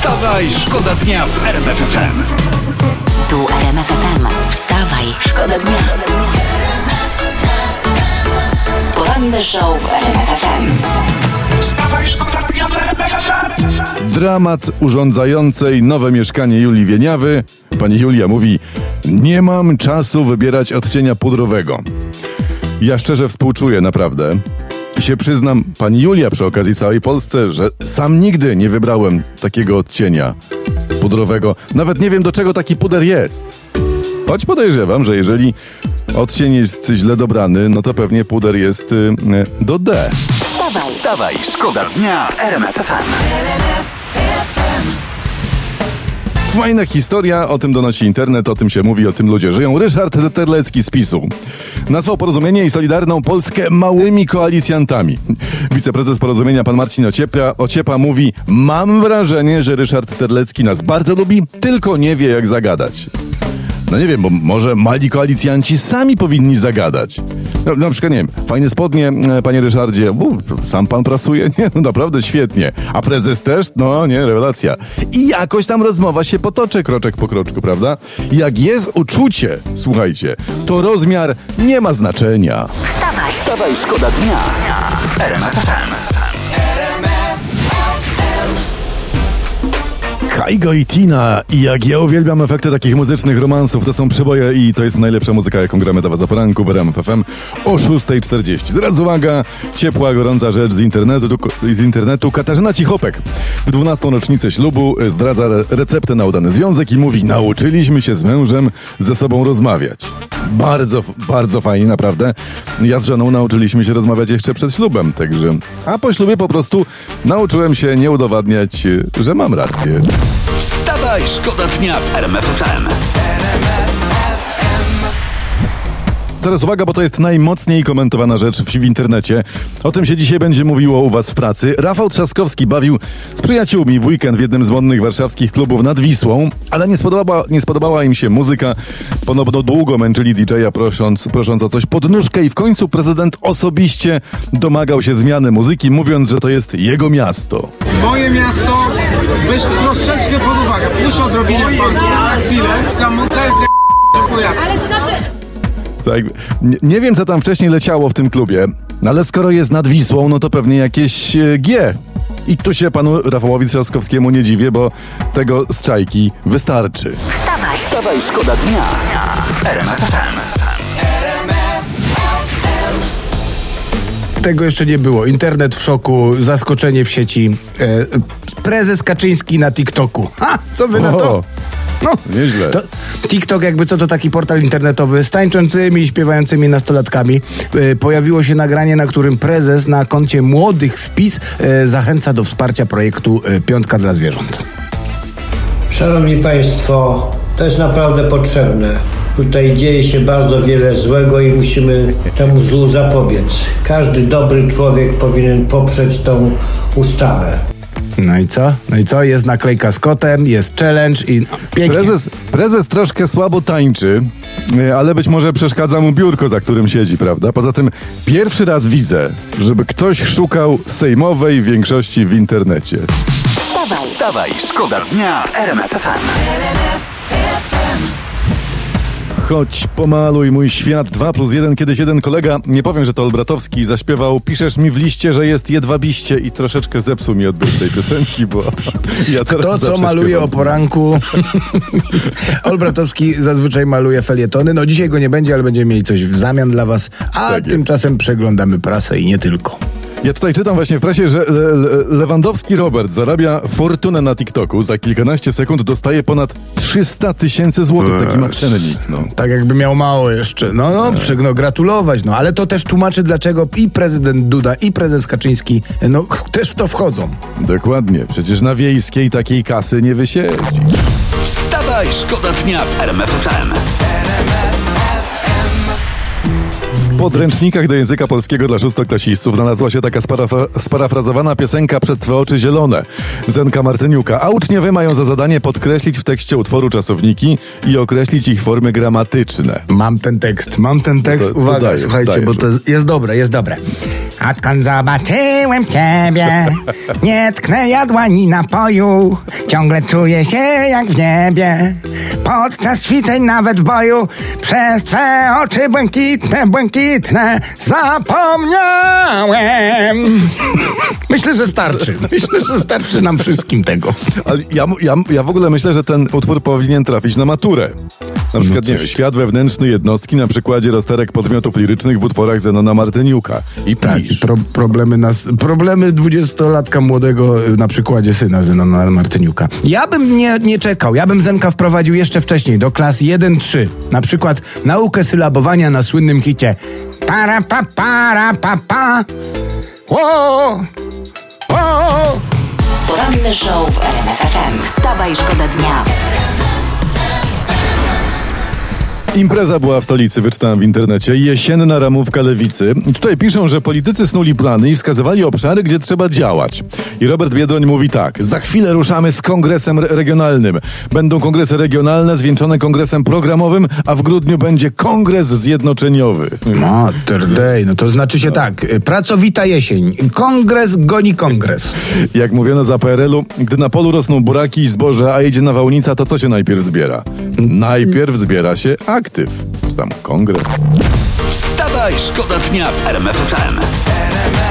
Wstawaj, szkoda dnia w RMF FM. Tu RMF FM. Wstawaj, szkoda dnia. Poranny show w RMF FM. Wstawaj, szkoda dnia w RMF FM. Dramat urządzającej nowe mieszkanie Julii Wieniawy. Pani Julia mówi: nie mam czasu wybierać odcienia pudrowego. Ja szczerze współczuję, naprawdę. I się przyznam, pani Julia, przy okazji całej Polsce, że sam nigdy nie wybrałem takiego odcienia pudrowego. Nawet nie wiem, do czego taki puder jest. Choć podejrzewam, że jeżeli odcień jest źle dobrany, no to pewnie puder jest do D. Wstawaj, szkoda dnia w RMF FM. Fajna historia, o tym donosi internet, o tym się mówi, o tym ludzie żyją. Ryszard Terlecki z PiS-u nazwał Porozumienie i Solidarną Polskę małymi koalicjantami. Wiceprezes Porozumienia, pan Marcin Ociepa mówi: mam wrażenie, że Ryszard Terlecki nas bardzo lubi, tylko nie wie, jak zagadać. No nie wiem, bo może mali koalicjanci sami powinni zagadać. No, na przykład, nie wiem, fajne spodnie, panie Ryszardzie, sam pan prasuje? Nie, no naprawdę świetnie. A prezes też? No nie, rewelacja. I jakoś tam rozmowa się potoczy kroczek po kroczku, prawda? Jak jest uczucie, słuchajcie, to rozmiar nie ma znaczenia. Wstawaj, szkoda dnia w RMF FM. Kaigo i Tina, i jak ja uwielbiam efekty takich muzycznych romansów, to są przeboje i to jest najlepsza muzyka, jaką gramy dla was o poranku w RMF FM o 6:40. Teraz uwaga, ciepła, gorąca rzecz z internetu. Katarzyna Cichopek w 12. rocznicę ślubu zdradza receptę na udany związek i mówi: nauczyliśmy się z mężem ze sobą rozmawiać. Bardzo, bardzo fajnie, naprawdę. Ja z żoną nauczyliśmy się rozmawiać jeszcze przed ślubem, także... A po ślubie po prostu nauczyłem się nie udowadniać, że mam rację. Wstawaj, szkoda dnia w RMF FM. Teraz uwaga, bo to jest najmocniej komentowana rzecz w internecie. O tym się dzisiaj będzie mówiło u was w pracy. Rafał Trzaskowski bawił z przyjaciółmi w weekend w jednym z modnych warszawskich klubów nad Wisłą, ale nie spodobała im się muzyka. Ponowno długo męczyli DJ-a prosząc o coś pod nóżkę i w końcu prezydent osobiście domagał się zmiany muzyki, mówiąc, że to jest jego miasto. Moje miasto, weź troszeczkę pod uwagę, puść odrobinę funku na chwilę, ta muzyka jest ale to znaczy... Tak, nie wiem, co tam wcześniej leciało w tym klubie, ale skoro jest nad Wisłą, no to pewnie jakieś G. I tu się panu Rafałowi Trzaskowskiemu nie dziwię, bo tego z czajki wystarczy. Wstawaj, szkoda dnia w RMF FM. Tego jeszcze nie było. Internet w szoku, zaskoczenie w sieci. Prezes Kaczyński na TikToku. Ha! Co wy na to? No, nieźle. To TikTok jakby co, to taki portal internetowy z tańczącymi i śpiewającymi nastolatkami. Pojawiło się nagranie, na którym prezes na koncie młodych z PiS zachęca do wsparcia projektu Piątka dla zwierząt. Szanowni Państwo, to jest naprawdę potrzebne. Tutaj dzieje się bardzo wiele złego i musimy temu złu zapobiec. Każdy dobry człowiek powinien poprzeć tą ustawę. No i co? No i co? Jest naklejka z kotem, jest challenge i pięknie. Prezes troszkę słabo tańczy, ale być może przeszkadza mu biurko, za którym siedzi, prawda? Poza tym pierwszy raz widzę, żeby ktoś szukał sejmowej większości w internecie. Wstawaj, szkoda dnia w RMF FM. Choć pomaluj mój świat 2+1, kiedyś jeden kolega, nie powiem, że to Olbratowski, zaśpiewał: piszesz mi w liście, że jest jedwabiście, i troszeczkę zepsuł mi odbiór tej piosenki, bo ja teraz kto co maluje o poranku? Olbratowski zazwyczaj maluje felietony. No dzisiaj go nie będzie, ale będziemy mieli coś w zamian dla was, a tak tymczasem przeglądamy prasę i nie tylko. Ja tutaj czytam właśnie w prasie, że Lewandowski Robert zarabia fortunę na TikToku. Za kilkanaście sekund dostaje ponad 300 000 złotych. Taki ma cennik. No. Tak jakby miał mało jeszcze. No, gratulować. No, ale to też tłumaczy, dlaczego i prezydent Duda, i prezes Kaczyński też w to wchodzą. Dokładnie. Przecież na Wiejskiej takiej kasy nie wysiedzi. Wstawaj, szkoda dnia w RMF FM. podręcznikach do języka polskiego dla szóstoklasistów znalazła się taka sparafrazowana piosenka Przez twe oczy zielone Zenka Martyniuka, a uczniowie mają za zadanie podkreślić w tekście utworu czasowniki i określić ich formy gramatyczne. Mam ten tekst. To Uwaga, dajesz, słuchajcie, dajesz. bo to jest dobre. Odkąd zobaczyłem ciebie, nie tknę ja dłoni napoju, ciągle czuję się jak w niebie, podczas ćwiczeń nawet w boju, przez twe oczy błękitne, zapomniałem. Myślę, że starczy nam wszystkim tego. Ale ja w ogóle myślę, że ten utwór powinien trafić na maturę. Na przykład, nie wiem, świat wewnętrzny jednostki na przykładzie rozterek podmiotów lirycznych w utworach Zenona Martyniuka. I pisz. Problemy 20-latka młodego na przykładzie syna Zenona Martyniuka. Ja bym nie czekał. Ja bym Zenka wprowadził jeszcze wcześniej, do klas 1-3. Na przykład naukę sylabowania na słynnym hicie para pa para pa pa. Wo, wo. Poranny show w RMF FM. Wstawaj, szkoda dnia. Impreza była w stolicy, wyczytałem w internecie. Jesienna ramówka lewicy. I tutaj piszą, że politycy snuli plany i wskazywali obszary, gdzie trzeba działać. I Robert Biedroń mówi tak: za chwilę ruszamy z kongresem regionalnym. Będą kongresy regionalne zwieńczone kongresem programowym, a w grudniu będzie kongres zjednoczeniowy. Mater Dei, no to znaczy się tak, pracowita jesień, kongres goni kongres. Jak mówiono za PRL-u, gdy na polu rosną buraki i zboże, a idzie nawałnica, to co się najpierw zbiera? Najpierw zbiera się aktyw, czy tam kongres. Wstawaj, szkoda dnia w RMF FM.